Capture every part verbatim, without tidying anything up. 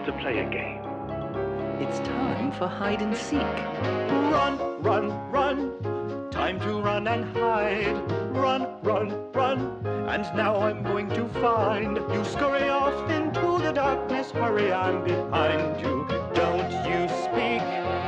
to play a game. It's time for hide and seek. Run, run, run. Time to run and hide. Run, run, run. And now I'm going to find you. Scurry off into the darkness. Hurry, I'm behind you. Don't you speak.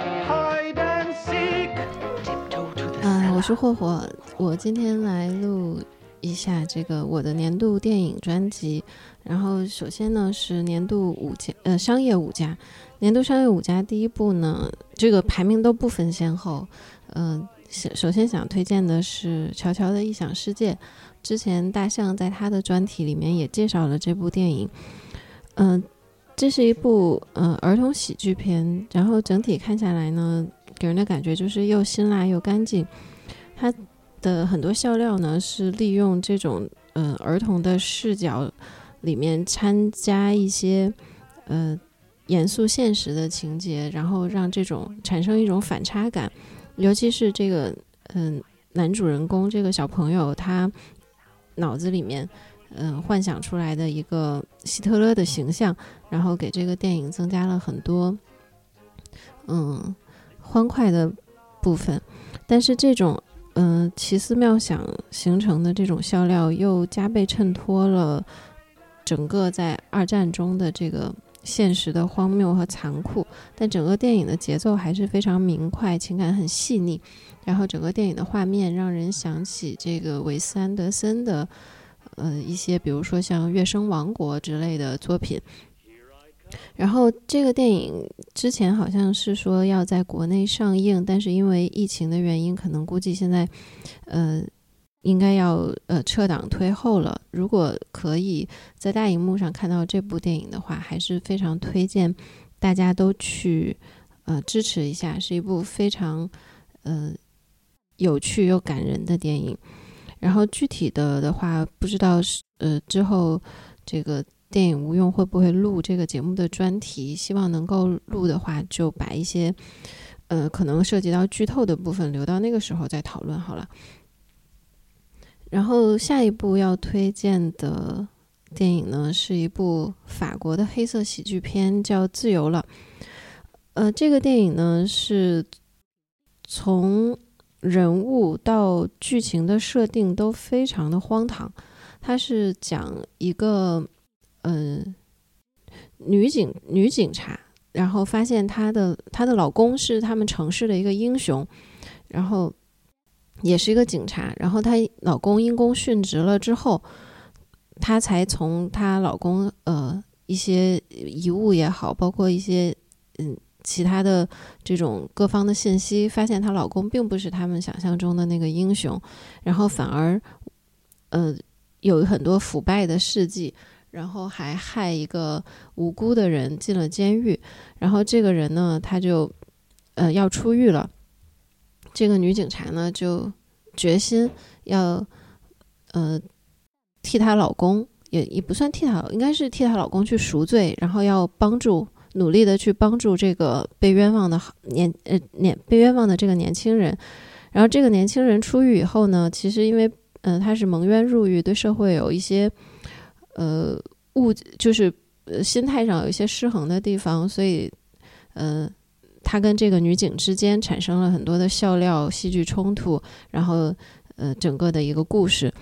Hide and seek. Tiptoe to the 嗯、 cellar. 我是霍霍，我今天来录一下这个我的年度电影专辑。然后首先呢是年度五家呃商业五家，年度商业五家第一部呢，这个排名都不分先后。嗯、呃，首先想推荐的是乔乔的异想世界，之前大象在他的专题里面也介绍了这部电影。嗯、呃，这是一部呃儿童喜剧片，然后整体看下来呢，给人的感觉就是又辛辣又干净。它的很多笑料呢是利用这种呃儿童的视角里面掺加一些呃严肃现实的情节，然后让这种产生一种反差感。尤其是这个嗯、呃、男主人公这个小朋友，他脑子里面嗯、呃、幻想出来的一个希特勒的形象，然后给这个电影增加了很多嗯欢快的部分。但是这种嗯、呃奇思妙想形成的这种笑料又加倍衬托了整个在二战中的这个现实的荒谬和残酷，但整个电影的节奏还是非常明快，情感很细腻，然后整个电影的画面让人想起这个韦斯安德森的呃一些比如说像《月升王国》之类的作品。然后这个电影之前好像是说要在国内上映，但是因为疫情的原因，可能估计现在呃应该要呃撤档推后了。如果可以在大荧幕上看到这部电影的话，还是非常推荐大家都去呃支持一下，是一部非常呃有趣又感人的电影。然后具体的的话，不知道呃之后这个电影无用会不会录这个节目的专题，希望能够录的话，就把一些呃可能涉及到剧透的部分留到那个时候再讨论好了。然后下一部要推荐的电影呢，是一部法国的黑色喜剧片，叫《自由了》。呃，这个电影呢是从人物到剧情的设定都非常的荒唐。它是讲一个呃女警女警察，然后发现她的她的老公是他们城市的一个英雄，然后也是一个警察，然后她老公因公殉职了之后，她才从她老公呃一些遗物也好，包括一些嗯其他的这种各方的信息，发现她老公并不是他们想象中的那个英雄，然后反而呃有很多腐败的事迹，然后还害一个无辜的人进了监狱。然后这个人呢，他就呃要出狱了。这个女警察呢就决心要呃替她老公，也也不算替她，应该是替她老公去赎罪，然后要帮助努力的去帮助这个被冤枉的年呃年被冤枉的这个年轻人。然后这个年轻人出狱以后呢，其实因为嗯、呃他是蒙冤入狱，对社会有一些呃误就是呃心态上有一些失衡的地方，所以呃他跟这个女警之间产生了很多的笑料、戏剧冲突，然后呃整个的一个故事。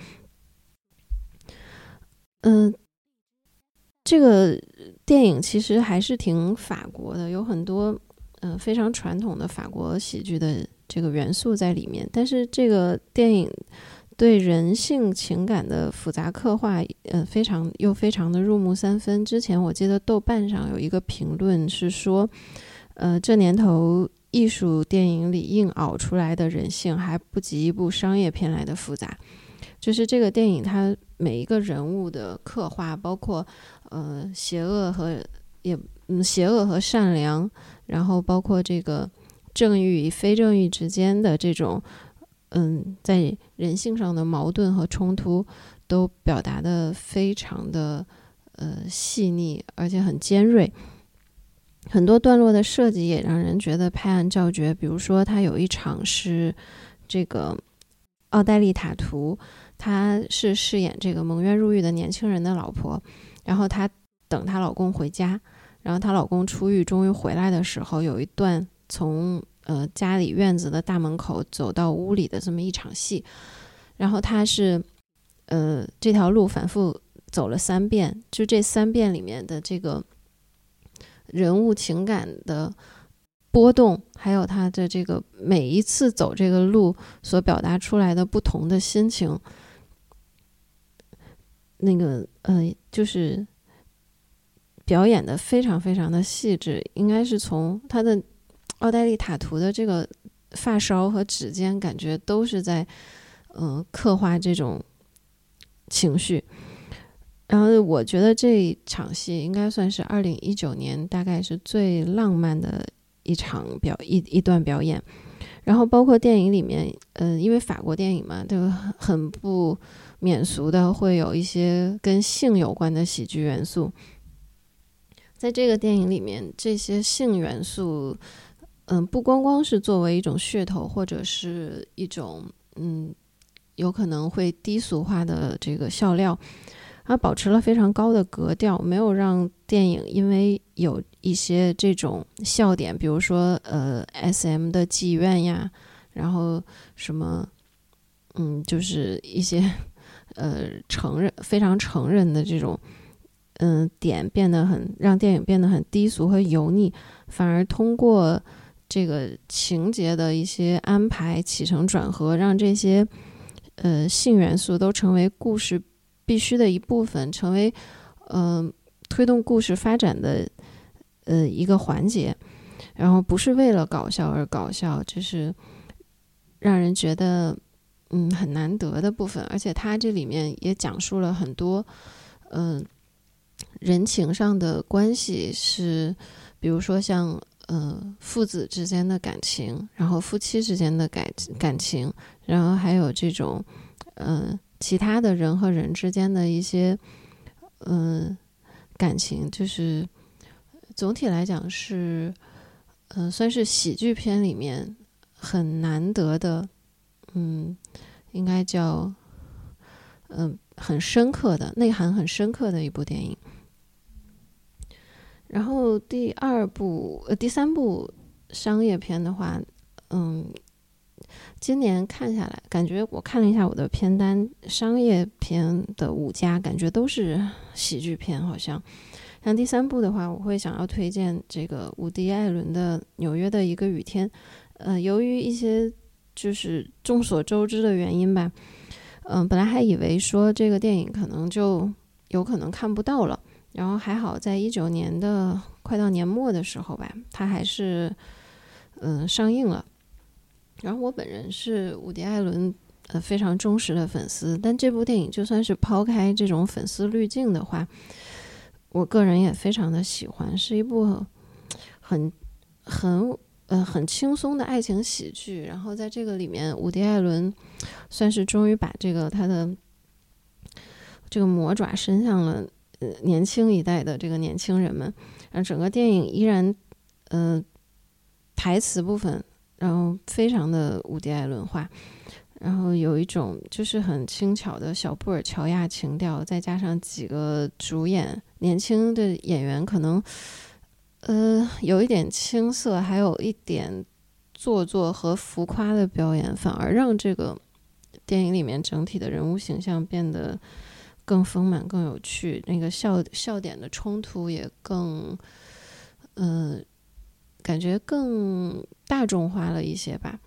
嗯、呃，这个电影其实还是挺法国的，有很多嗯、呃非常传统的法国喜剧的这个元素在里面，但是这个电影对人性情感的复杂刻画呃非常又非常的入木三分。之前我记得豆瓣上有一个评论是说呃，这年头艺术电影里硬熬出来的人性还不及一部商业片来的复杂。就是这个电影它每一个人物的刻画，包括呃邪恶和也嗯邪恶和善良，然后包括这个正义与非正义之间的这种嗯在人性上的矛盾和冲突，都表达的非常的呃细腻，而且很尖锐。很多段落的设计也让人觉得拍案叫绝，比如说他有一场是这个奥黛丽塔图，她是饰演这个蒙冤入狱的年轻人的老婆，然后她等她老公回家， 然后她老公出狱终于回来的时候，有一段从呃家里院子的大门口走到屋里的这么一场戏，然后她是呃这条路反复走了三遍，就这三遍里面的这个人物情感的波动，还有他的这个每一次走这个路所表达出来的不同的心情，那个呃，就是表演的非常非常的细致，应该是从他的奥黛丽塔图的这个发梢和指尖，感觉都是在呃刻画这种情绪。然后我觉得这一场戏应该算是二零一九年大概是最浪漫的一场表一一段表演。然后包括电影里面，呃，因为法国电影嘛，就很不免俗的会有一些跟性有关的喜剧元素。在这个电影里面，这些性元素，嗯、呃，不光光是作为一种噱头，或者是一种嗯，有可能会低俗化的这个笑料。它保持了非常高的格调，没有让电影因为有一些这种笑点，比如说呃 S M 的妓院呀，然后什么嗯就是一些呃成人非常成人的这种嗯、呃、点变得很让电影变得很低俗和油腻，反而通过这个情节的一些安排起承转合，让这些呃性元素都成为故事必须的一部分，成为呃推动故事发展的呃一个环节，然后不是为了搞笑而搞笑，这是让人觉得嗯很难得的部分。而且它这里面也讲述了很多嗯、呃、人情上的关系，是比如说像呃父子之间的感情，然后夫妻之间的感感情，然后还有这种呃其他的人和人之间的一些嗯、呃、感情，就是总体来讲是嗯、呃、算是喜剧片里面很难得的，嗯应该叫嗯、呃、很深刻的内涵很深刻的一部电影。然后第二部呃第三部商业片的话，嗯今年看下来，感觉我看了一下我的片单，商业片的五家感觉都是喜剧片，好像。像第三部的话，我会想要推荐这个伍迪·艾伦的《纽约的一个雨天》。呃，由于一些就是众所周知的原因吧，嗯、呃，本来还以为说这个电影可能就有可能看不到了，然后还好在一九年的快到年末的时候吧，它还是嗯、呃、上映了。然后我本人是伍迪·艾伦呃非常忠实的粉丝，但这部电影就算是抛开这种粉丝滤镜的话，我个人也非常的喜欢，是一部很很呃很轻松的爱情喜剧。然后在这个里面，伍迪·艾伦算是终于把这个他的这个魔爪伸向了呃年轻一代的这个年轻人们。然后整个电影依然呃台词部分，然后非常的伍迪·艾伦化，然后有一种就是很轻巧的小布尔乔亚情调，再加上几个主演年轻的演员，可能呃有一点青涩，还有一点做作和浮夸的表演，反而让这个电影里面整体的人物形象变得更丰满、更有趣，那个笑笑点的冲突也更呃感觉更大众化了一些吧。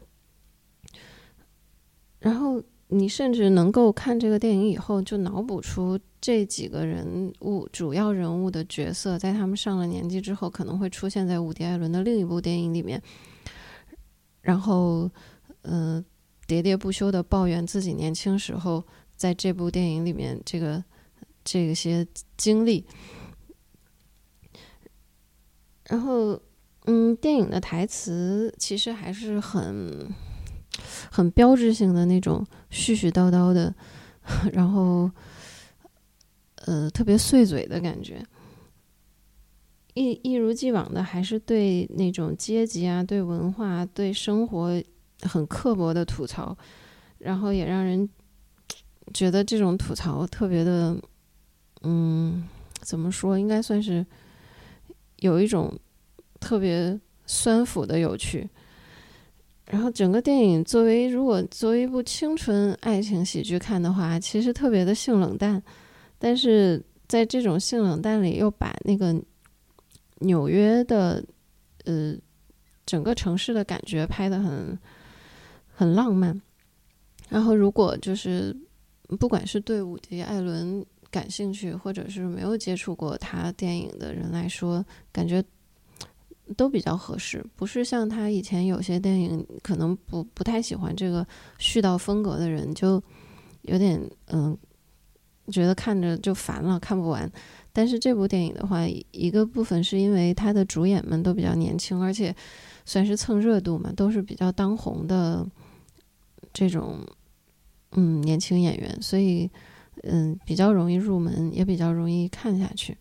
然后你甚至能够看这个电影以后就脑补出这几个人物主要人物的角色在他们上了年纪之后可能会出现在伍迪·艾伦的另一部电影里面，然后呃喋喋不休的抱怨自己年轻时候在这部电影里面这个这些经历。然后嗯电影的台词其实还是很很标志性的那种絮絮叨叨的，然后呃特别碎嘴的感觉，一一如既往的还是对那种阶级啊、对文化、对生活很刻薄的吐槽，然后也让人觉得这种吐槽特别的嗯怎么说，应该算是有一种特别酸腐的有趣。然后整个电影作为如果作为一部青春爱情喜剧看的话，其实特别的性冷淡，但是在这种性冷淡里又把那个纽约的呃整个城市的感觉拍得很很浪漫。然后如果就是不管是对伍迪·艾伦感兴趣，或者是没有接触过他电影的人来说，感觉都比较合适。不是像他以前有些电影可能不不太喜欢这个絮叨风格的人，就有点嗯觉得看着就烦了，看不完。但是这部电影的话，一个部分是因为他的主演们都比较年轻，而且算是蹭热度嘛，都是比较当红的这种嗯年轻演员，所以嗯比较容易入门，也比较容易看下去。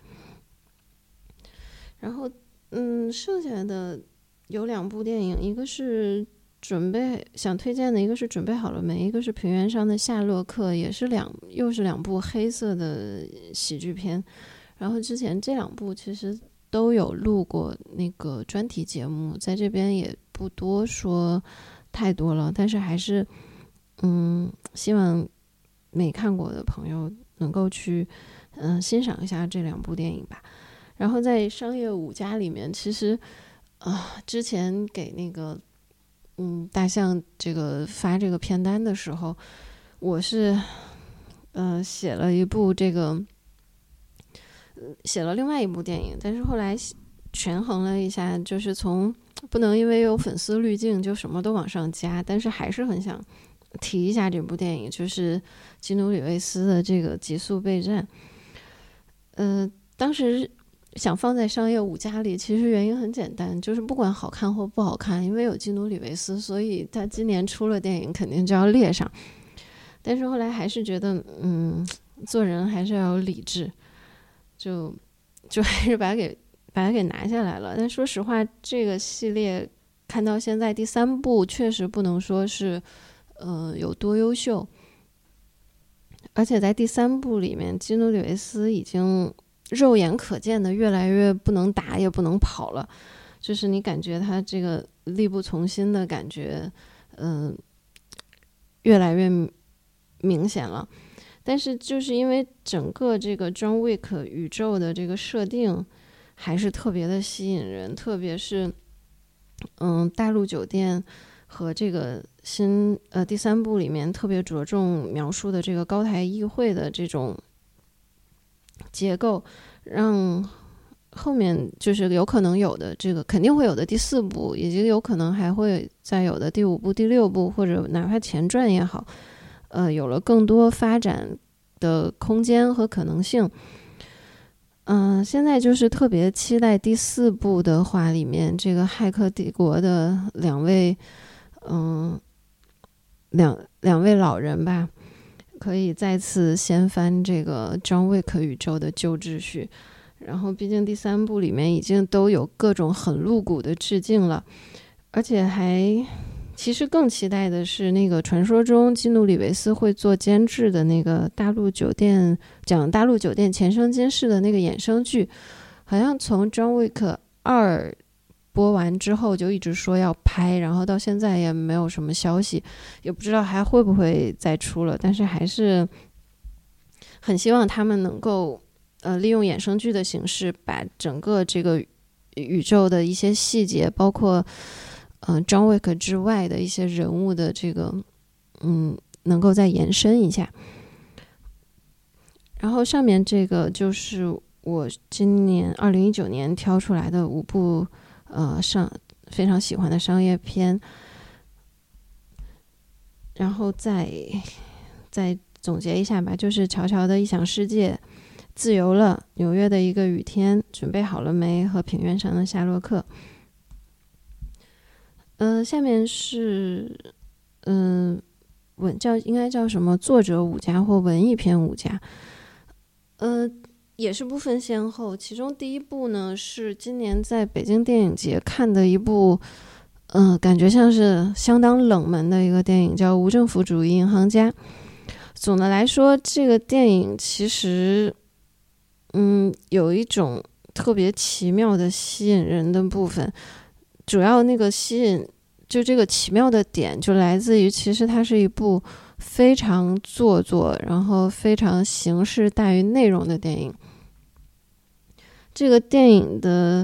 然后嗯剩下的有两部电影，一个是准备想推荐的，一个是准备好了没，一个是平原上的夏洛克，也是两又是两部黑色的喜剧片。然后之前这两部其实都有录过那个专题节目，在这边也不多说太多了，但是还是嗯希望没看过的朋友能够去嗯、呃、欣赏一下这两部电影吧。然后在商业五家里面，其实啊、呃、之前给那个嗯大象这个发这个片单的时候，我是呃写了一部这个写了另外一部电影，但是后来权衡了一下，就是从不能因为有粉丝滤镜就什么都往上加，但是还是很想提一下这部电影，就是基努里维斯的这个极速备战。呃，当时想放在商业五家里，其实原因很简单，就是不管好看或不好看，因为有基努里维斯，所以他今年出了电影肯定就要列上。但是后来还是觉得嗯做人还是要有理智，就就还是把它给把它给拿下来了。但说实话，这个系列看到现在第三部确实不能说是呃有多优秀，而且在第三部里面，基努里维斯已经肉眼可见的越来越不能打也不能跑了，就是你感觉他这个力不从心的感觉嗯、呃、越来越明显了。但是就是因为整个这个 John Wick 宇宙的这个设定还是特别的吸引人，特别是嗯大陆酒店和这个新呃第三部里面特别着重描述的这个高台议会的这种结构，让后面就是有可能有的这个肯定会有的第四部，以及有可能还会再有的第五部第六部，或者哪怕前传也好，呃，有了更多发展的空间和可能性。嗯、呃，现在就是特别期待第四部的话，里面这个骇客帝国的两位，嗯、呃，两两位老人吧，可以再次掀翻这个 John Wick 宇宙的旧秩序。然后，毕竟第三部里面已经都有各种很露骨的致敬了，而且还。其实更期待的是那个传说中基努里维斯会做监制的那个大陆酒店讲大陆酒店前生今世的那个衍生剧，好像从 John Wick 二播完之后就一直说要拍，然后到现在也没有什么消息，也不知道还会不会再出了。但是还是很希望他们能够呃利用衍生剧的形式，把整个这个宇宙的一些细节，包括呃 John Wick 之外的一些人物的这个嗯能够再延伸一下。然后上面这个就是我今年二零一九年挑出来的五部呃上非常喜欢的商业片，然后再再总结一下吧，就是乔乔的异想世界、自由了、纽约的一个雨天、准备好了没和平原上的夏洛克。呃，下面是嗯、呃、文叫应该叫什么作者五家或文艺片五家，呃也是不分先后。其中第一部呢是今年在北京电影节看的一部嗯、呃、感觉像是相当冷门的一个电影，叫《无政府主义银行家》。总的来说，这个电影其实嗯有一种特别奇妙的吸引人的部分，主要那个吸引就这个奇妙的点就来自于其实它是一部非常做作然后非常形式大于内容的电影。这个电影的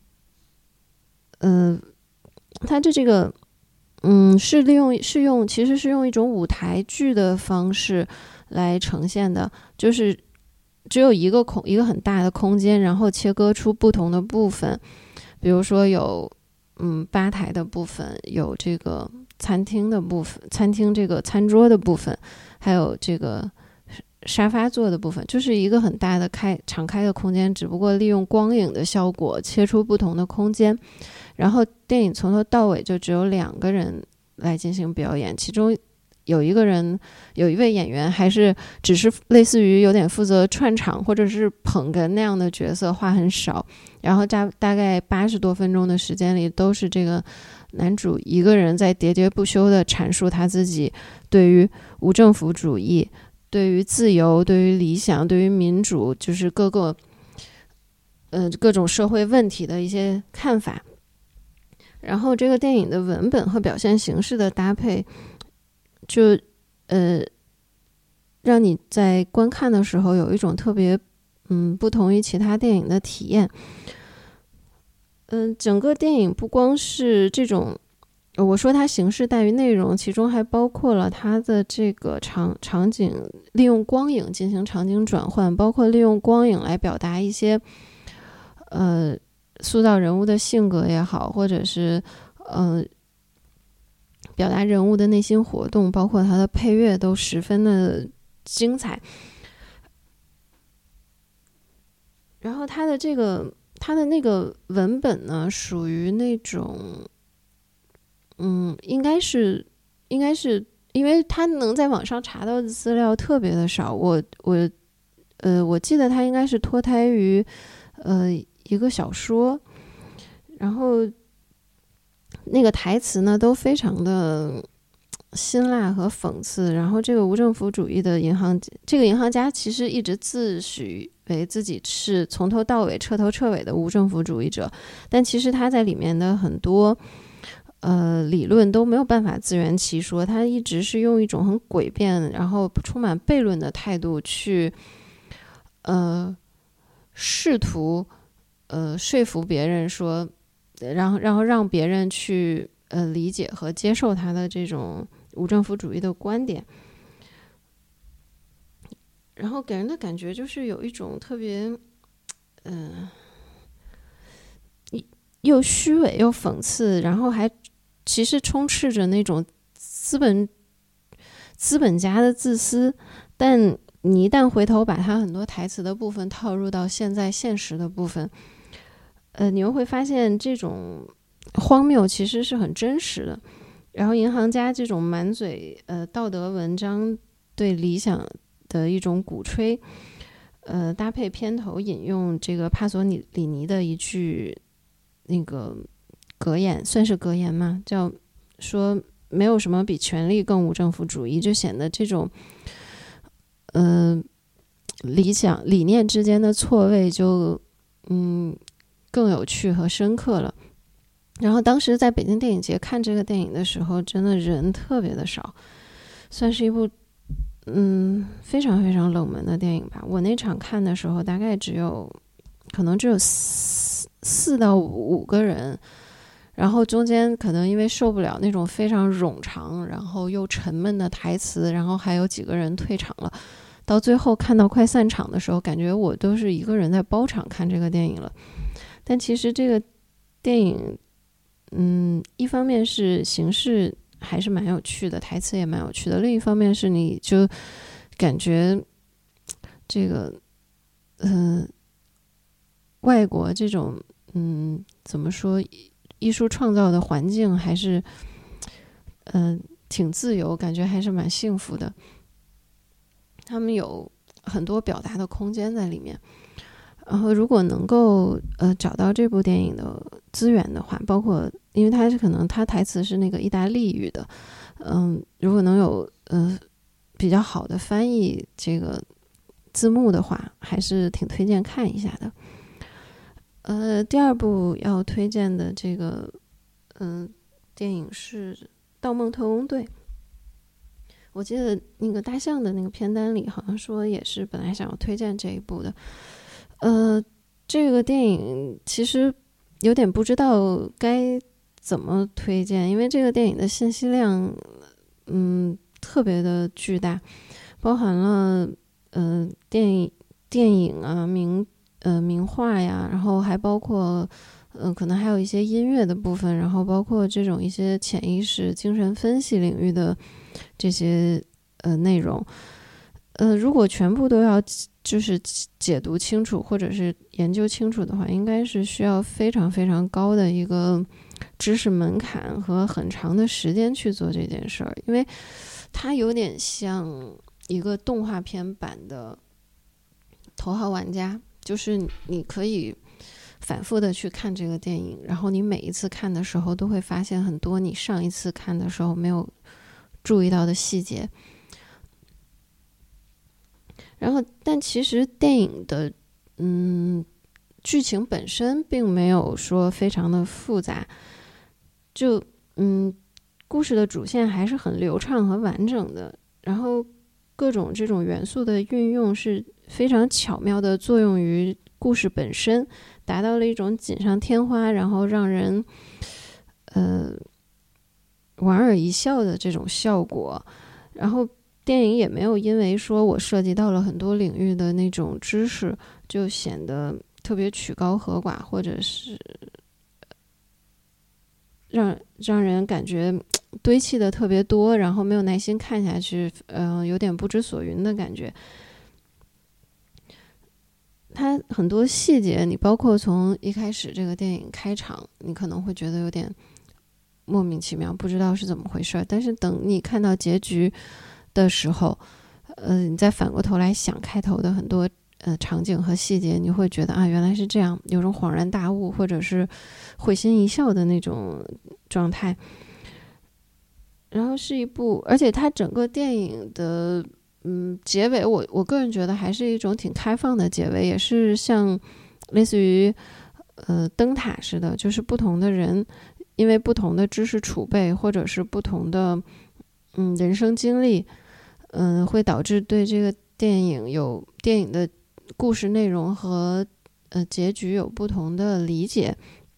呃它的这个嗯是利用是用其实是用一种舞台剧的方式来呈现的，就是只有一个空一个很大的空间，然后切割出不同的部分，比如说有嗯吧台的部分，有这个餐厅的部分，餐厅这个餐桌的部分，还有这个沙发座的部分，就是一个很大的开敞开的空间，只不过利用光影的效果切出不同的空间，然后电影从头到尾就只有两个人来进行表演，其中有一个人有一位演员还是只是类似于有点负责串场或者是捧哏那样的角色，话很少，然后大大概八十多分钟的时间里都是这个男主一个人在喋喋不休地阐述他自己对于无政府主义，对于自由，对于理想，对于民主，就是各个呃各种社会问题的一些看法。然后这个电影的文本和表现形式的搭配就呃让你在观看的时候有一种特别嗯不同于其他电影的体验。嗯、呃，整个电影不光是这种我说它形式大于内容，其中还包括了它的这个场场景利用光影进行场景转换，包括利用光影来表达一些呃塑造人物的性格也好，或者是呃表达人物的内心活动，包括它的配乐都十分的精彩。然后它的这个它的那个文本呢，属于那种嗯，应该是，应该是，因为他能在网上查到的资料特别的少。我我，呃，我记得他应该是脱胎于，呃，一个小说，然后那个台词呢都非常的辛辣和讽刺。然后这个无政府主义的银行，这个银行家其实一直自诩为自己是从头到尾彻头彻尾的无政府主义者，但其实他在里面的很多。呃，理论都没有办法自圆其说，他一直是用一种很诡辩，然后充满悖论的态度去，呃，试图呃说服别人说，然后然后让别人去呃理解和接受他的这种无政府主义的观点，然后给人的感觉就是有一种特别，嗯、呃。又虚伪又讽刺，然后还其实充斥着那种资本资本家的自私，但你一旦回头把他很多台词的部分套入到现在现实的部分，呃，你又会发现这种荒谬其实是很真实的。然后银行家这种满嘴呃道德文章对理想的一种鼓吹，呃，搭配片头引用这个帕索里尼的一句。那个格言，算是格言吗？叫说没有什么比权力更无政府主义，就显得这种呃理想理念之间的错位就嗯更有趣和深刻了。然后当时在北京电影节看这个电影的时候，真的人特别的少，算是一部嗯非常非常冷门的电影吧。我那场看的时候，大概只有可能只有四。四到五个人，然后中间可能因为受不了那种非常冗长然后又沉闷的台词，然后还有几个人退场了，到最后看到快散场的时候，感觉我都是一个人在包场看这个电影了。但其实这个电影嗯，一方面是形式还是蛮有趣的，台词也蛮有趣的，另一方面是你就感觉这个嗯、呃外国这种嗯怎么说艺术创造的环境还是嗯、呃、挺自由，感觉还是蛮幸福的。他们有很多表达的空间在里面。然后如果能够呃找到这部电影的资源的话，包括因为它是可能它台词是那个意大利语的，嗯，如果能有呃比较好的翻译这个字幕的话，还是挺推荐看一下的。 呃，第二部要推荐的这个嗯、呃、电影是《盗梦特工队》。我记得那个大象的那个片单里好像说也是本来想要推荐这一部的。呃，这个电影其实有点不知道该怎么推荐，因为这个电影的信息量嗯特别的巨大，包含了呃电影电影啊名呃名画呀，然后还包括呃可能还有一些音乐的部分，然后包括这种一些潜意识精神分析领域的这些呃内容。呃如果全部都要就是解读清楚或者是研究清楚的话，应该是需要非常非常高的一个知识门槛和很长的时间去做这件事儿，因为它有点像一个动画片版的头号玩家，就是你可以反复的去看这个电影，然后你每一次看的时候都会发现很多你上一次看的时候没有注意到的细节。然后但其实电影的嗯剧情本身并没有说非常的复杂，就嗯故事的主线还是很流畅和完整的，然后各种这种元素的运用是非常巧妙的作用于故事本身，达到了一种锦上添花，然后让人呃莞尔一笑的这种效果。然后电影也没有因为说我涉及到了很多领域的那种知识就显得特别曲高和寡，或者是让让人感觉堆砌的特别多，然后没有耐心看下去，呃，有点不知所云的感觉。它很多细节，你包括从一开始这个电影开场，你可能会觉得有点莫名其妙，不知道是怎么回事，但是等你看到结局的时候，呃，你再反过头来想开头的很多呃场景和细节，你会觉得啊，原来是这样，有种恍然大悟或者是会心一笑的那种状态。然后是一部，而且它整个电影的嗯结尾，我我个人觉得还是一种挺开放的结尾，也是像类似于呃灯塔似的，就是不同的人因为不同的知识储备或者是不同的嗯人生经历，嗯、呃、会导致对这个电影有电影的故事内容和呃结局有不同的理解。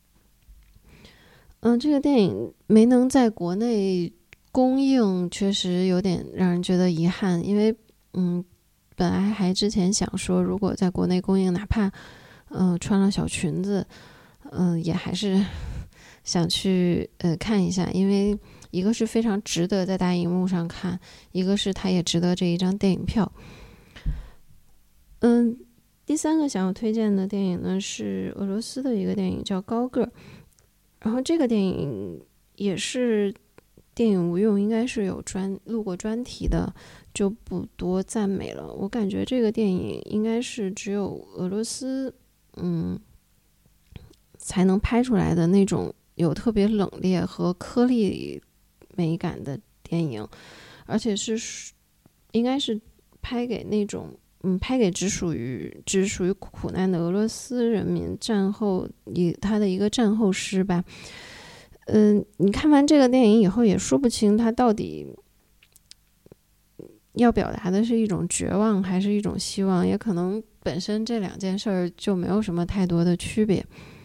嗯、呃，这个电影没能在国内公映确实有点让人觉得遗憾，因为嗯，本来还之前想说，如果在国内公映，哪怕嗯、呃、穿了小裙子，嗯、呃、也还是想去呃看一下，因为一个是非常值得在大荧幕上看，一个是它也值得这一张电影票。嗯，第三个想要推荐的电影呢是俄罗斯的一个电影叫《高个儿》，然后这个电影也是电影无用应该是有专录过专题的，就不多赞美了。我感觉这个电影应该是只有俄罗斯嗯才能拍出来的那种有特别冷冽和颗粒美感的电影，而且是应该是拍给那种嗯拍给只属于只属于苦难的俄罗斯人民战后以他的一个战后诗吧。嗯，你看完这个电影以后也说不清他到底要表达的是一种绝望还是一种希望，也可能本身这两件事儿就没有什么太多的区别。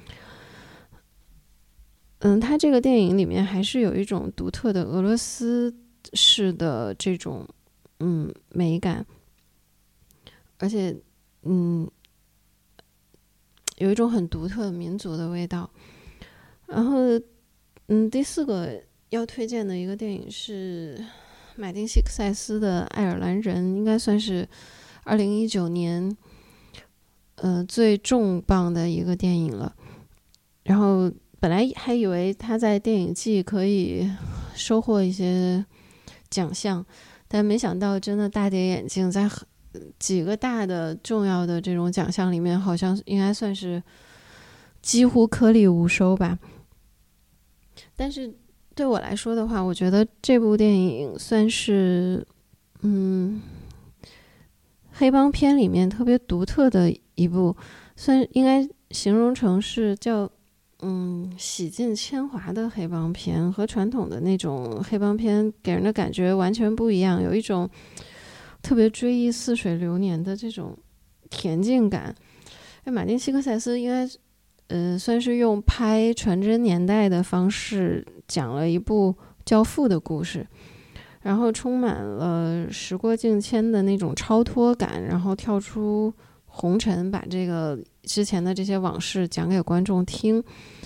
嗯，他这个电影里面还是有一种独特的俄罗斯式的这种嗯美感，而且嗯有一种很独特的民族的味道。然后嗯，第四个要推荐的一个电影是马丁·西克塞斯的《爱尔兰人》，应该算是二零一九年呃最重磅的一个电影了。然后本来还以为他在电影季可以收获一些奖项，但没想到真的大跌眼镜，在几个大的重要的这种奖项里面，好像应该算是几乎颗粒无收吧。但是对我来说的话，我觉得这部电影算是嗯黑帮片里面特别独特的一部，算应该形容成是叫嗯洗尽铅华的黑帮片，和传统的那种黑帮片给人的感觉完全不一样，有一种特别追忆似水流年的这种恬静感。马丁·西克塞斯应该呃算是用拍传真年代的方式讲了一部教父的故事，然后充满了时过境迁的那种超脱感，然后跳出红尘，把这个之前的这些往事讲给观众听。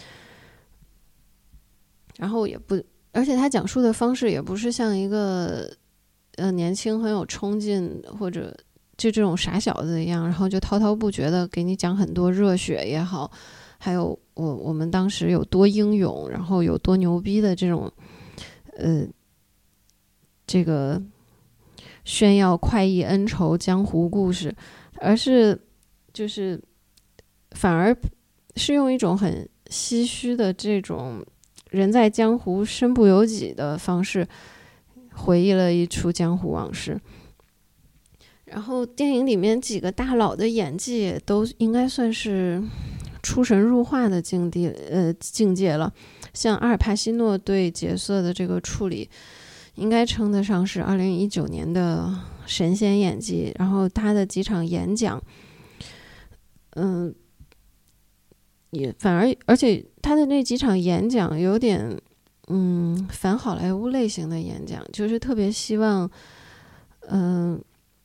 然后也不，而且他讲述的方式也不是像一个呃年轻很有冲劲或者就这种傻小子一样，然后就滔滔不绝的给你讲很多热血也好，还有我我们当时有多英勇，然后有多牛逼的这种呃这个炫耀快意恩仇江湖故事，而是就是反而是用一种很唏嘘的这种人在江湖身不由己的方式回忆了一出江湖往事。然后电影里面几个大佬的演技也都应该算是出神入化的境地呃境界了，像阿尔帕西诺对角色的这个处理应该称得上是二零一九年的神仙演技。然后他的几场演讲嗯也反而而且他的那几场演讲有点嗯反好莱坞类型的演讲，就是特别希望嗯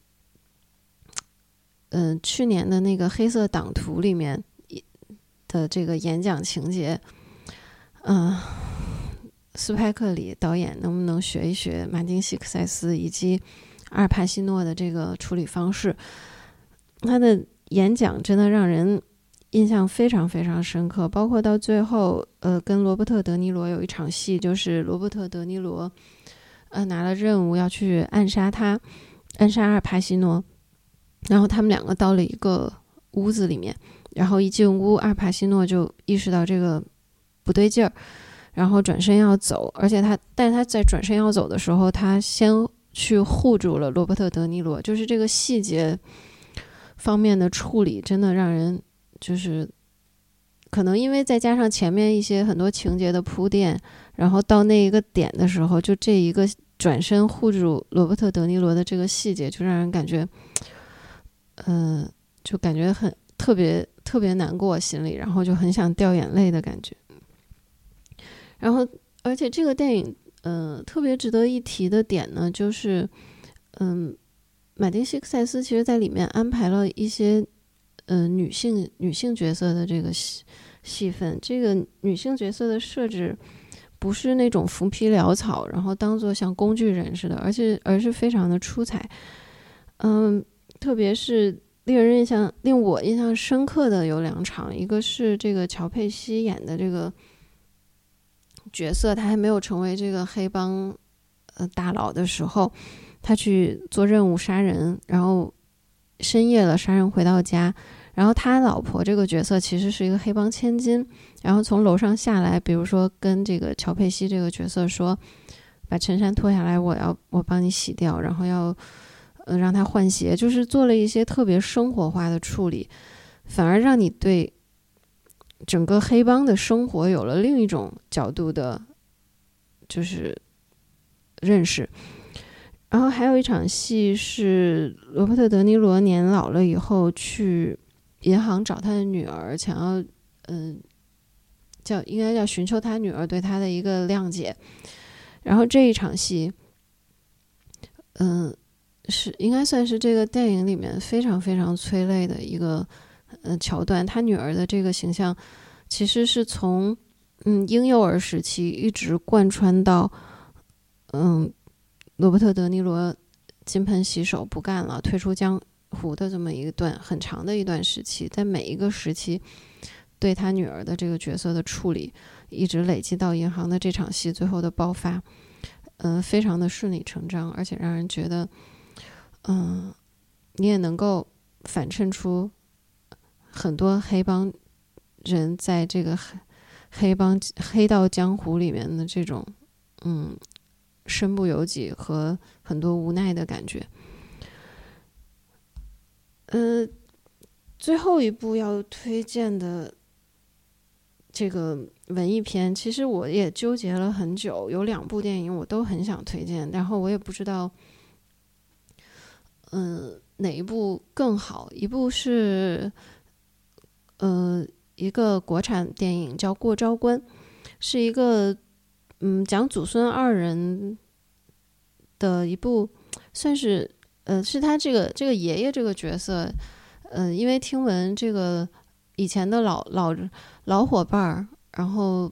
嗯、呃，去年的那个黑色党徒里面的这个演讲情节，嗯、呃，斯派克里导演能不能学一学马丁·西克塞斯以及阿尔帕西诺的这个处理方式？他的演讲真的让人印象非常非常深刻，包括到最后，呃，跟罗伯特·德尼罗有一场戏，就是罗伯特·德尼罗，呃，拿了任务要去暗杀他，暗杀阿尔帕西诺。然后他们两个到了一个屋子里面，然后一进屋，阿尔帕西诺就意识到这个不对劲儿，然后转身要走，而且他，但是他在转身要走的时候，他先去护住了罗伯特·德尼罗，就是这个细节方面的处理，真的让人就是可能因为再加上前面一些很多情节的铺垫，然后到那一个点的时候，就这一个转身护住罗伯特·德尼罗的这个细节，就让人感觉。嗯、呃，就感觉很特别特别难过心里，然后就很想掉眼泪的感觉。然后，而且这个电影，呃，特别值得一提的点呢，就是，嗯，马丁·西克塞斯其实在里面安排了一些，呃，女性女性角色的这个戏戏份。这个女性角色的设置不是那种浮皮潦草，然后当做像工具人似的，而且而是非常的出彩。嗯。特别是令人印象令我印象深刻的有两场，一个是这个乔佩西演的这个角色，他还没有成为这个黑帮呃大佬的时候，他去做任务杀人，然后深夜了杀人回到家，然后他老婆这个角色其实是一个黑帮千金，然后从楼上下来，比如说跟这个乔佩西这个角色说，把衬衫脱下来，我要我帮你洗掉，然后要呃，让他换鞋，就是做了一些特别生活化的处理，反而让你对整个黑帮的生活有了另一种角度的，就是认识。然后还有一场戏是罗伯特·德尼罗年老了以后去银行找他的女儿，想要嗯、呃，叫应该叫寻求他女儿对他的一个谅解。然后这一场戏，嗯、呃。是应该算是这个电影里面非常非常催泪的一个呃桥段。他女儿的这个形象其实是从嗯婴幼儿时期一直贯穿到嗯罗伯特·德尼罗金盆洗手不干了退出江湖的这么一段很长的一段时期，在每一个时期对他女儿的这个角色的处理，一直累积到银行的这场戏最后的爆发，嗯、呃，非常的顺理成章，而且让人觉得。嗯，你也能够反衬出很多黑帮人在这个黑帮黑道江湖里面的这种嗯身不由己和很多无奈的感觉。呃， 最后一部要推荐的这个文艺片，其实我也纠结了很久，有两部电影我都很想推荐，然后我也不知道嗯哪一部更好。一部是呃一个国产电影叫《过昭关》，是一个嗯讲祖孙二人的一部，算是呃是他这个这个爷爷这个角色，呃因为听闻这个以前的老老老伙伴儿，然后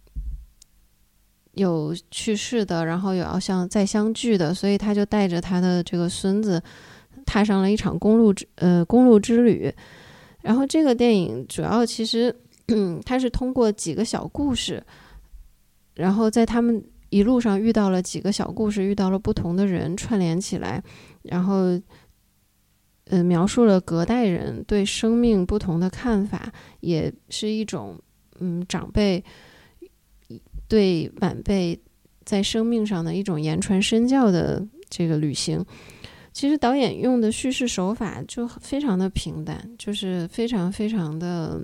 有去世的，然后有要相再相聚的，所以他就带着他的这个孙子踏上了一场公路呃公路之旅。然后这个电影主要其实嗯它是通过几个小故事，然后在他们一路上遇到了几个小故事，遇到了不同的人串联起来，然后呃描述了隔代人对生命不同的看法，也是一种嗯长辈对晚辈在生命上的一种言传身教的这个旅行。其实导演用的叙事手法就非常的平淡，就是非常非常的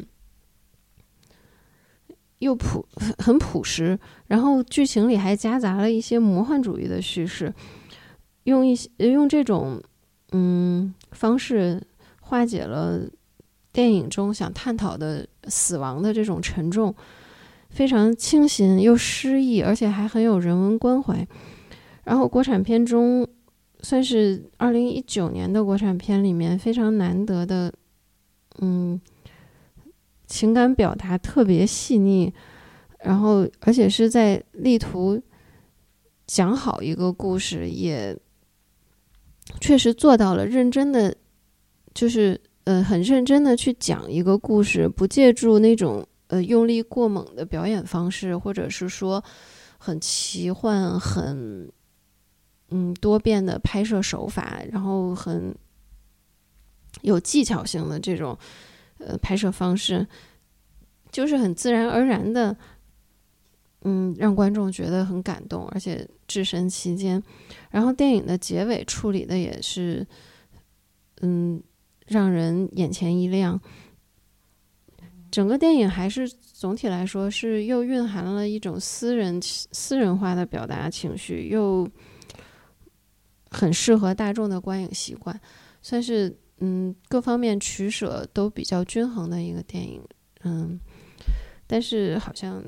又朴很朴实，然后剧情里还夹杂了一些魔幻主义的叙事，用一些用这种嗯方式化解了电影中想探讨的死亡的这种沉重，非常清新又诗意，而且还很有人文关怀。然后国产片中算是二零一九年的国产片里面非常难得的嗯情感表达特别细腻，然后而且是在力图讲好一个故事，也确实做到了认真的，就是呃很认真的去讲一个故事，不借助那种呃用力过猛的表演方式，或者是说很奇幻很嗯多变的拍摄手法，然后很有技巧性的这种呃拍摄方式，就是很自然而然的嗯让观众觉得很感动，而且置身其间。然后电影的结尾处理的也是嗯让人眼前一亮。整个电影还是总体来说是又蕴含了一种私人私人化的表达情绪，又很适合大众的观影习惯，算是嗯各方面取舍都比较均衡的一个电影。嗯，但是好像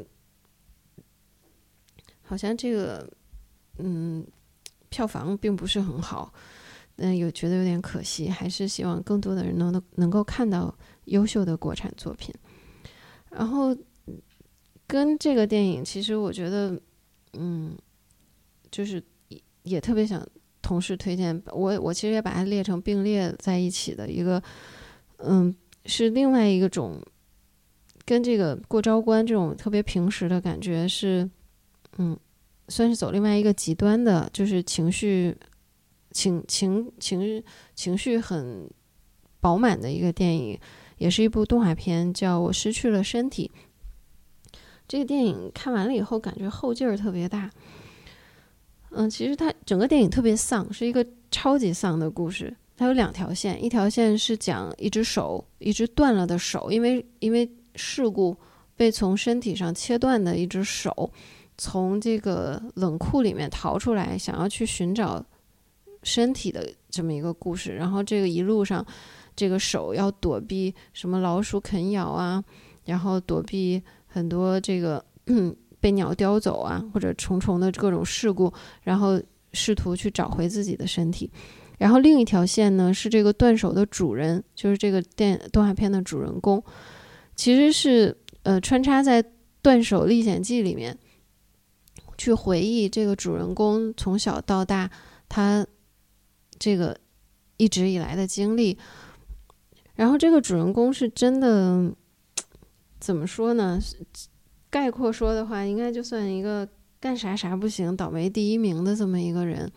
好像这个嗯票房并不是很好，嗯，有觉得有点可惜，还是希望更多的人能能够看到优秀的国产作品。然后跟这个电影，其实我觉得，嗯，就是也特别想同时推荐，我我其实也把它列成并列在一起的一个，嗯，是另外一个种跟这个过昭关这种特别平实的感觉是，嗯，算是走另外一个极端的，就是情绪情情情情绪很饱满的一个电影，也是一部动画片，叫《我失去了身体》。这个电影看完了以后，感觉后劲儿特别大。嗯，其实它整个电影特别丧，是一个超级丧的故事。它有两条线，一条线是讲一只手，一只断了的手，因为因为事故被从身体上切断的一只手，从这个冷库里面逃出来，想要去寻找身体的这么一个故事。然后这个一路上，这个手要躲避什么老鼠啃咬啊，然后躲避很多这个嗯被鸟叼走啊，或者重重的各种事故，然后试图去找回自己的身体。然后另一条线呢，是这个断手的主人，就是这个电动画片的主人公，其实是呃穿插在《断手历险记》里面，去回忆这个主人公从小到大他这个一直以来的经历。然后这个主人公是真的怎么说呢，概括说的话应该就算一个干啥啥不行倒霉第一名的这么一个人。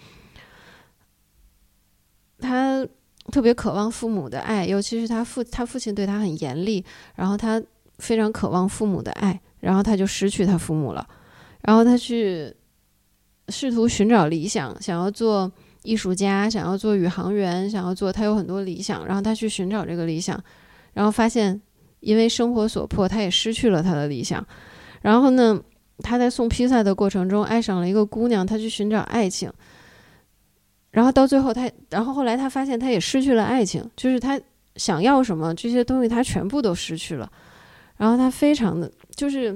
他特别渴望父母的爱，尤其是他父他父亲对他很严厉，然后他非常渴望父母的爱，然后他就失去他父母了。然后他去试图寻找理想，想要做艺术家，想要做宇航员，想要做他有很多理想，然后他去寻找这个理想， 然后发现因为生活所迫，他也失去了他的理想。然后呢，他在送披萨的过程中爱上了一个姑娘，他去寻找爱情。然后到最后他，然后后来他发现他也失去了爱情，就是他想要什么这些东西他全部都失去了。然后他非常的就是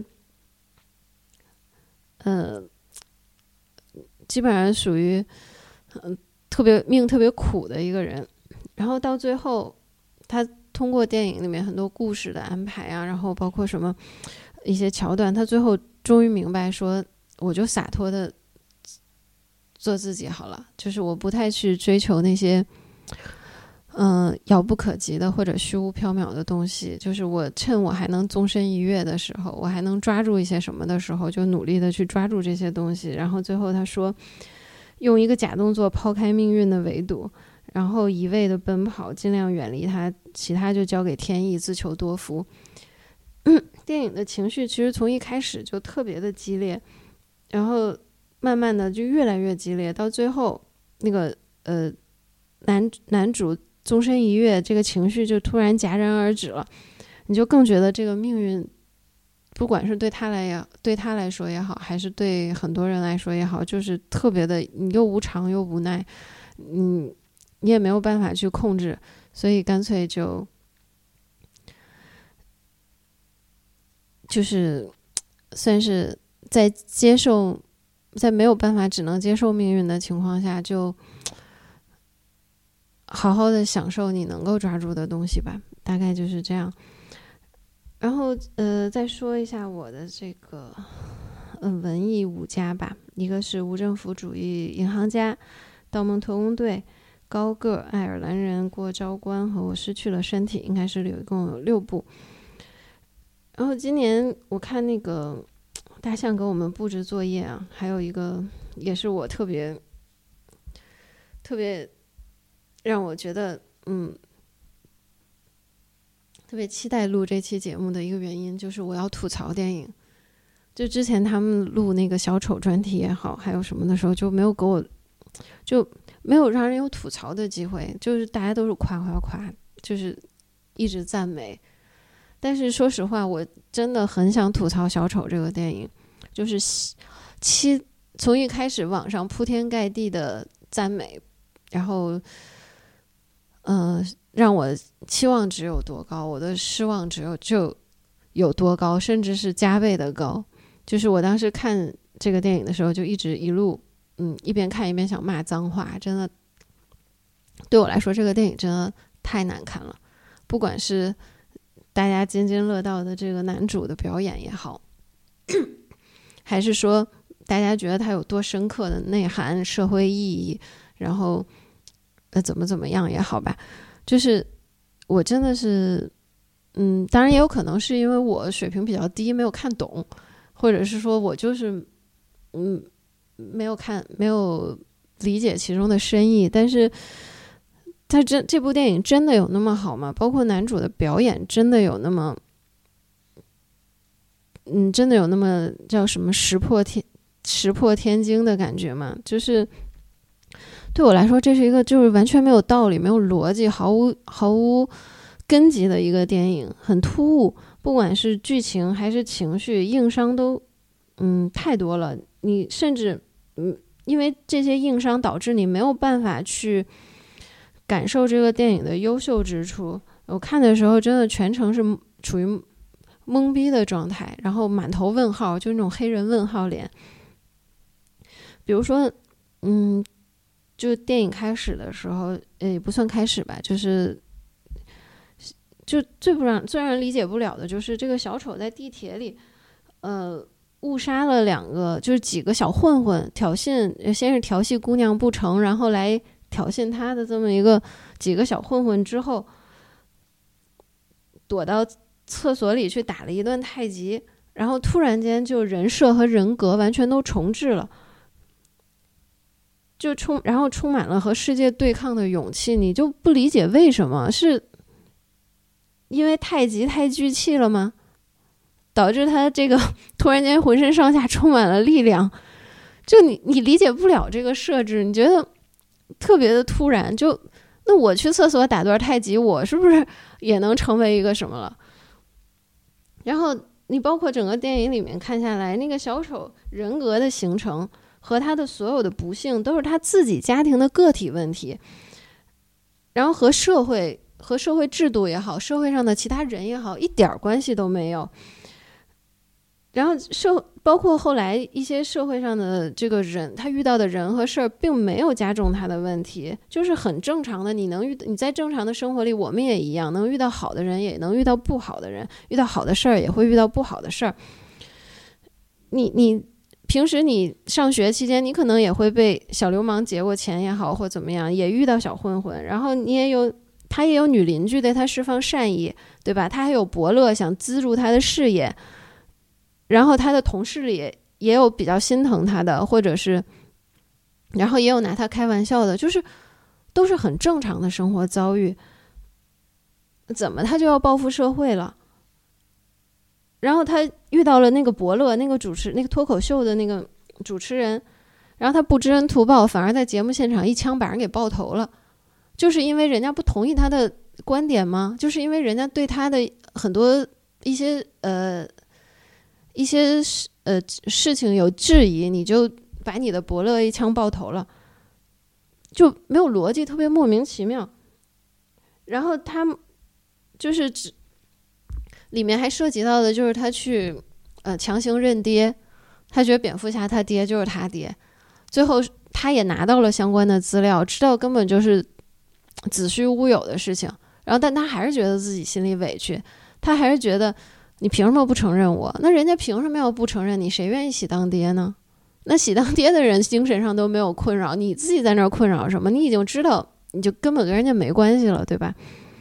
呃基本上属于嗯、呃、特别命特别苦的一个人。然后到最后他通过电影里面很多故事的安排啊，然后包括什么一些桥段，他最后终于明白说，我就洒脱的做自己好了，就是我不太去追求那些嗯、呃、遥不可及的或者虚无缥缈的东西，就是我趁我还能纵身一跃的时候，我还能抓住一些什么的时候，就努力的去抓住这些东西。然后最后他说，用一个假动作抛开命运的围堵，然后一味的奔跑，尽量远离它，其他就交给天意，自求多福。嗯，电影的情绪其实从一开始就特别的激烈，然后慢慢的就越来越激烈，到最后那个呃男男主纵身一跃，这个情绪就突然戛然而止了。你就更觉得这个命运，不管是对他来也对他来说也好，还是对很多人来说也好，就是特别的，你又无常又无奈，嗯。你也没有办法去控制，所以干脆就就是算是在接受，在没有办法只能接受命运的情况下，就好好的享受你能够抓住的东西吧，大概就是这样。然后呃，再说一下我的这个嗯、呃、文艺五家吧，一个是无政府主义银行家、盗梦特工队、高个爱尔兰人、过昭关和我失去了身体，应该是有一共有六部。然后今年我看那个大象给我们布置作业啊，还有一个也是我特别特别让我觉得嗯特别期待录这期节目的一个原因，就是我要吐槽电影。就之前他们录那个小丑专题也好，还有什么的时候，就没有给我就没有让人有吐槽的机会，就是大家都是夸夸夸，就是一直赞美。但是说实话，我真的很想吐槽小丑这个电影，就是七从一开始网上铺天盖地的赞美，然后呃让我期望值有多高，我的失望值有就有多高，甚至是加倍的高。就是我当时看这个电影的时候，就一直一路嗯，一边看一边想骂脏话，真的对我来说这个电影真的太难看了。不管是大家津津乐道的这个男主的表演也好，还是说大家觉得他有多深刻的内涵、社会意义，然后呃怎么怎么样也好吧，就是我真的是嗯，当然也有可能是因为我水平比较低没有看懂，或者是说我就是嗯没有看没有理解其中的深意。但是他这这部电影真的有那么好吗？包括男主的表演真的有那么嗯真的有那么叫什么石破天石破天惊的感觉吗？就是对我来说这是一个就是完全没有道理、没有逻辑、毫无毫无根基的一个电影，很突兀，不管是剧情还是情绪硬伤都嗯太多了。你甚至嗯，因为这些硬伤导致你没有办法去感受这个电影的优秀之处。我看的时候真的全程是处于懵逼的状态，然后满头问号，就那种黑人问号脸。比如说嗯，就电影开始的时候也不算开始吧，就是就最不让最让人理解不了的就是这个小丑在地铁里呃误杀了两个就是几个小混混，挑衅先是调戏姑娘不成，然后来挑衅他的这么一个几个小混混之后，躲到厕所里去打了一顿太极，然后突然间就人设和人格完全都重置了，就充然后充满了和世界对抗的勇气。你就不理解为什么，是因为太极太聚气了吗？导致他这个突然间浑身上下充满了力量，就你你理解不了这个设置，你觉得特别的突然。就那我去厕所打段太极，我是不是也能成为一个什么了？然后你包括整个电影里面看下来，那个小丑人格的形成和他的所有的不幸都是他自己家庭的个体问题，然后和社会和社会制度也好，社会上的其他人也好，一点关系都没有。然后社包括后来一些社会上的这个人，他遇到的人和事儿并没有加重他的问题，就是很正常的。你能遇你在正常的生活里，我们也一样，能遇到好的人，也能遇到不好的人，遇到好的事儿，也会遇到不好的事儿。你你平时你上学期间，你可能也会被小流氓劫过钱也好，或怎么样，也遇到小混混，然后你也有他也有女邻居对他释放善意，对吧？他还有伯乐想资助他的事业。然后他的同事里也有比较心疼他的，或者是然后也有拿他开玩笑的，就是都是很正常的生活遭遇，怎么他就要报复社会了？然后他遇到了那个伯乐，那个主持那个脱口秀的那个主持人，然后他不知恩图报，反而在节目现场一枪把人给爆头了，就是因为人家不同意他的观点吗？就是因为人家对他的很多一些呃一些呃事情有质疑，你就把你的伯乐一枪爆头了，就没有逻辑，特别莫名其妙。然后他就是只里面还涉及到的就是他去呃强行认爹，他觉得蝙蝠侠他爹就是他爹，最后他也拿到了相关的资料，知道根本就是子虚乌有的事情，然后但他还是觉得自己心里委屈，他还是觉得你凭什么不承认我？那人家凭什么要不承认你？谁愿意喜当爹呢？那喜当爹的人精神上都没有困扰，你自己在那儿困扰什么？你已经知道，你就根本跟人家没关系了，对吧？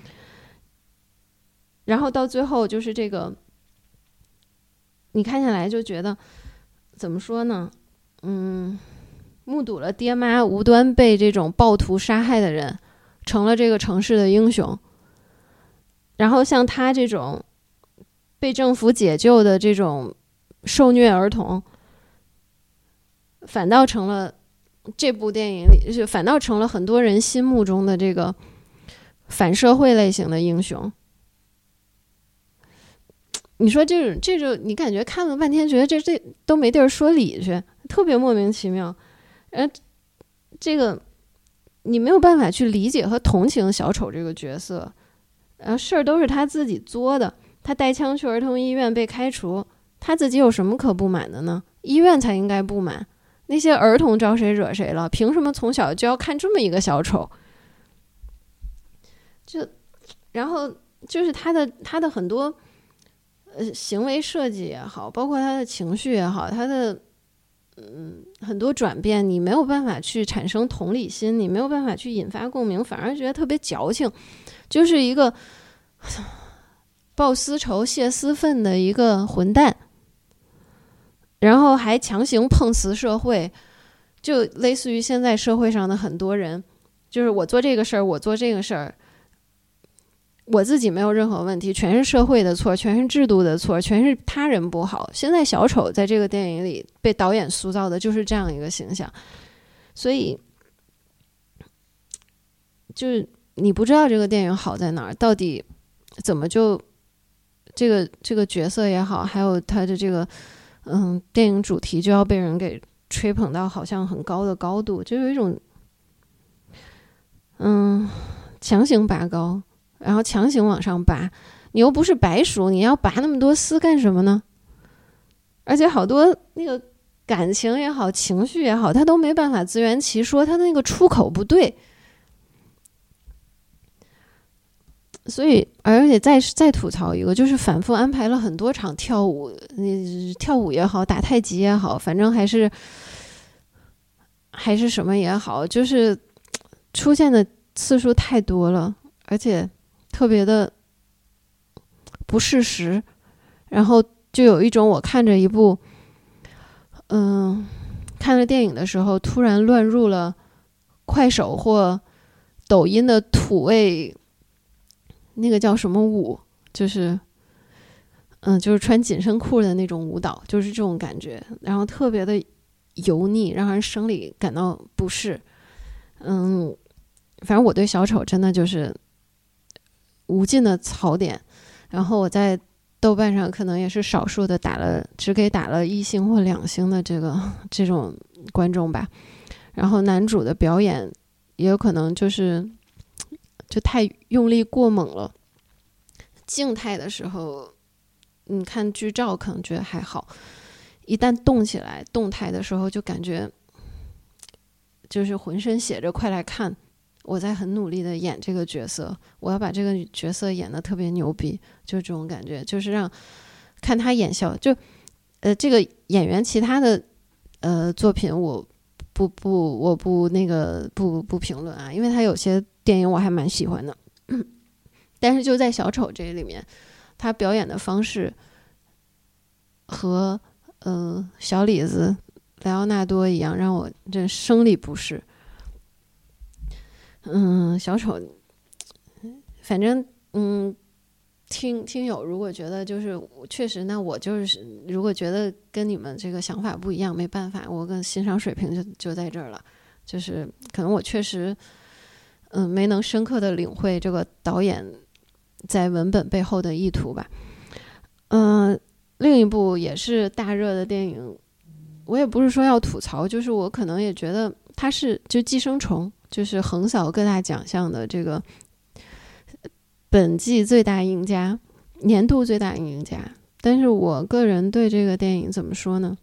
然后到最后就是这个，你看下来就觉得怎么说呢？嗯，目睹了爹妈无端被这种暴徒杀害的人，成了这个城市的英雄。然后像他这种被政府解救的这种受虐儿童，反倒成了这部电影里，就反倒成了很多人心目中的这个反社会类型的英雄。你说这种这种，你感觉看了半天，觉得这这都没地儿说理去，特别莫名其妙。呃，这个你没有办法去理解和同情小丑这个角色，然后事儿都是他自己作的。他带枪去儿童医院被开除，他自己有什么可不满的呢？医院才应该不满，那些儿童招谁惹谁了？凭什么从小就要看这么一个小丑？就，然后就是他的他的很多呃行为设计也好，包括他的情绪也好，他的嗯很多转变，你没有办法去产生同理心，你没有办法去引发共鸣，反而觉得特别矫情，就是一个报私仇泄私愤的一个混蛋，然后还强行碰瓷社会，就类似于现在社会上的很多人，就是我做这个事儿，我做这个事儿，我自己没有任何问题，全是社会的错，全是制度的错，全是他人不好。现在小丑在这个电影里被导演塑造的就是这样一个形象，所以就是你不知道这个电影好在哪儿，到底怎么就这个这个角色也好，还有他的这个嗯电影主题就要被人给吹捧到好像很高的高度，就有一种嗯强行拔高，然后强行往上拔，你又不是白鼠，你要拔那么多丝干什么呢？而且好多那个感情也好，情绪也好，他都没办法自圆其说，他的那个出口不对。所以，而且再再吐槽一个，就是反复安排了很多场跳舞，你跳舞也好，打太极也好，反正还是还是什么也好，就是出现的次数太多了，而且特别的不适时，然后就有一种我看着一部，嗯，看了电影的时候，突然乱入了快手或抖音的土味。那个叫什么舞，就是嗯就是穿紧身裤的那种舞蹈，就是这种感觉，然后特别的油腻，让人生理感到不适。嗯反正我对小丑真的就是无尽的槽点，然后我在豆瓣上可能也是少数的打了只给打了一星或两星的这个这种观众吧。然后男主的表演也有可能就是就太用力过猛了，静态的时候你看剧照可能觉得还好，一旦动起来动态的时候就感觉就是浑身写着快来看，我在很努力的演这个角色，我要把这个角色演得特别牛逼，就这种感觉，就是让看他演笑，就呃这个演员其他的呃作品我不不我不那个不不评论啊，因为他有些电影我还蛮喜欢的，但是就在小丑这里面，他表演的方式和呃小李子莱奥纳多一样，让我这生理不适。嗯，小丑，反正嗯，听听友如果觉得就是确实，那我就是如果觉得跟你们这个想法不一样，没办法，我跟欣赏水平就就在这儿了，就是可能我确实嗯没能深刻的领会这个导演在文本背后的意图吧。嗯、呃，另一部也是大热的电影，我也不是说要吐槽，就是我可能也觉得它是就寄生虫。就是横扫各大奖项的这个本季最大赢家，年度最大赢家。但是我个人对这个电影怎么说呢？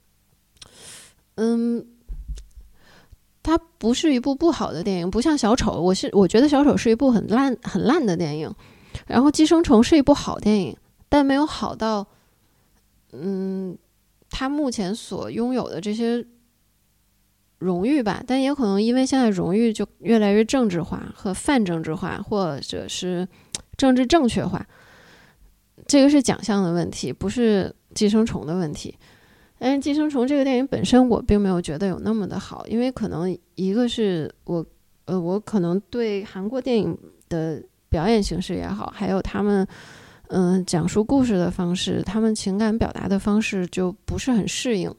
嗯，它不是一部不好的电影，不像小丑，我是我觉得小丑是一部很烂很烂的电影，然后寄生虫是一部好电影，但没有好到嗯，他目前所拥有的这些荣誉吧，但也可能因为现在荣誉就越来越政治化和泛政治化，或者是政治正确化，这个是奖项的问题，不是寄生虫的问题。但是寄生虫这个电影本身我并没有觉得有那么的好，因为可能一个是我呃我可能对韩国电影的表演形式也好，还有他们嗯、呃、讲述故事的方式，他们情感表达的方式就不是很适应。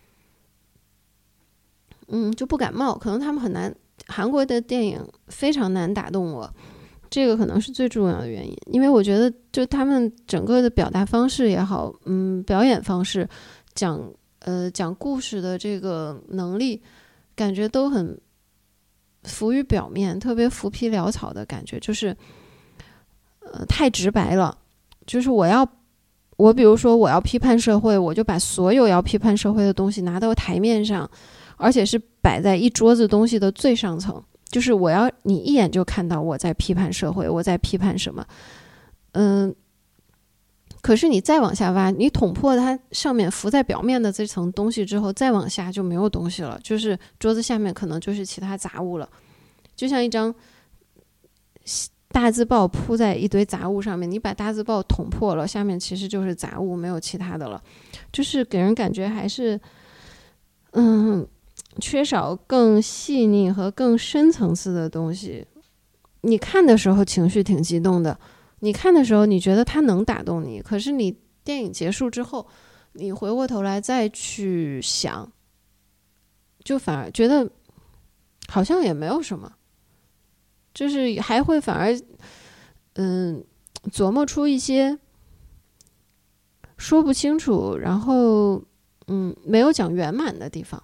嗯，就不感冒，可能他们很难，韩国的电影非常难打动我，这个可能是最重要的原因。因为我觉得，就他们整个的表达方式也好，嗯，表演方式，讲呃讲故事的这个能力，感觉都很浮于表面，特别浮皮潦草的感觉，就是呃太直白了。就是我要，我比如说我要批判社会，我就把所有要批判社会的东西拿到台面上。而且是摆在一桌子东西的最上层，就是我要你一眼就看到我在批判社会，我在批判什么。嗯，可是你再往下挖，你捅破它上面浮在表面的这层东西之后，再往下就没有东西了，就是桌子下面可能就是其他杂物了，就像一张大字报铺在一堆杂物上面，你把大字报捅破了，下面其实就是杂物，没有其他的了，就是给人感觉还是嗯缺少更细腻和更深层次的东西。你看的时候情绪挺激动的，你看的时候你觉得它能打动你，可是你电影结束之后，你回过头来再去想，就反而觉得好像也没有什么，就是还会反而嗯琢磨出一些说不清楚，然后嗯没有讲圆满的地方。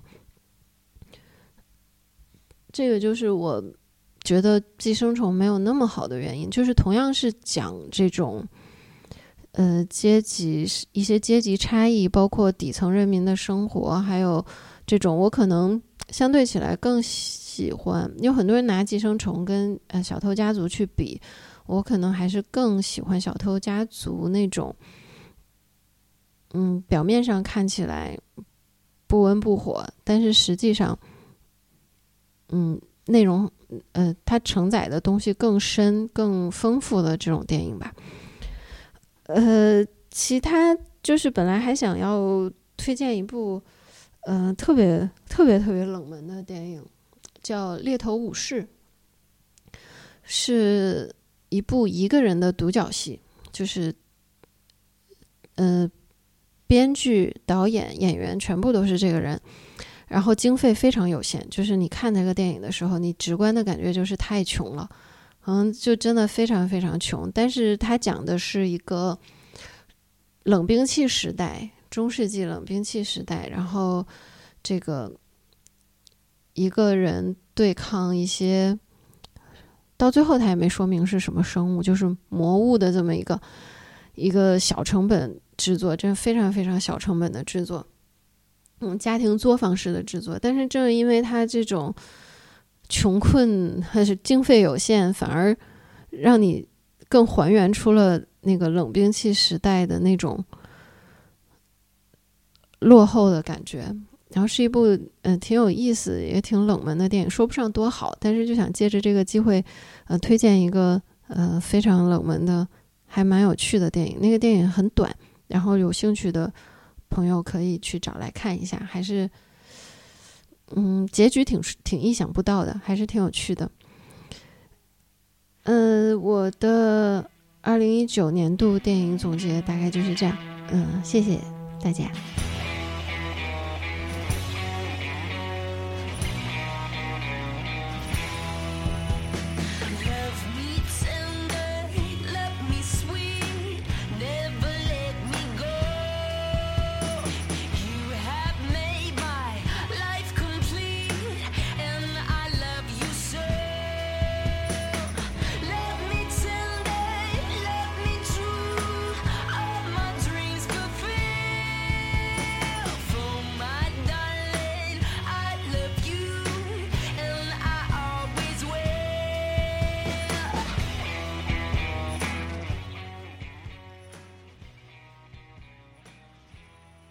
这个就是我觉得寄生虫没有那么好的原因，就是同样是讲这种呃阶级一些阶级差异，包括底层人民的生活，还有这种我可能相对起来更喜欢，有很多人拿寄生虫跟呃小偷家族去比，我可能还是更喜欢小偷家族那种嗯表面上看起来不温不火，但是实际上嗯，内容，呃，它承载的东西更深、更丰富的这种电影吧。呃，其他就是本来还想要推荐一部，呃，特别特别特别冷门的电影，叫《猎头武士》，是一部一个人的独角戏，就是呃，编剧、导演、演员全部都是这个人。 然后经费非常有限，就是你看这个电影的时候，你直观的感觉就是太穷了，嗯，就真的非常非常穷。但是它讲的是一个冷兵器时代，中世纪冷兵器时代，然后这个一个人对抗一些，到最后他也没说明是什么生物，就是魔物的这么一个一个小成本制作，真的非常非常小成本的制作，嗯，家庭作坊式的制作。但是正因为他这种穷困还是经费有限，反而让你更还原出了那个冷兵器时代的那种落后的感觉。然后是一部呃挺有意思也挺冷门的电影，说不上多好，但是就想借着这个机会呃推荐一个呃非常冷门的还蛮有趣的电影。那个电影很短，然后有兴趣的朋友可以去找来看一下，还是嗯结局挺挺意想不到的，还是挺有趣的。呃我的二零一九年度电影总结大概就是这样，嗯、呃、谢谢大家。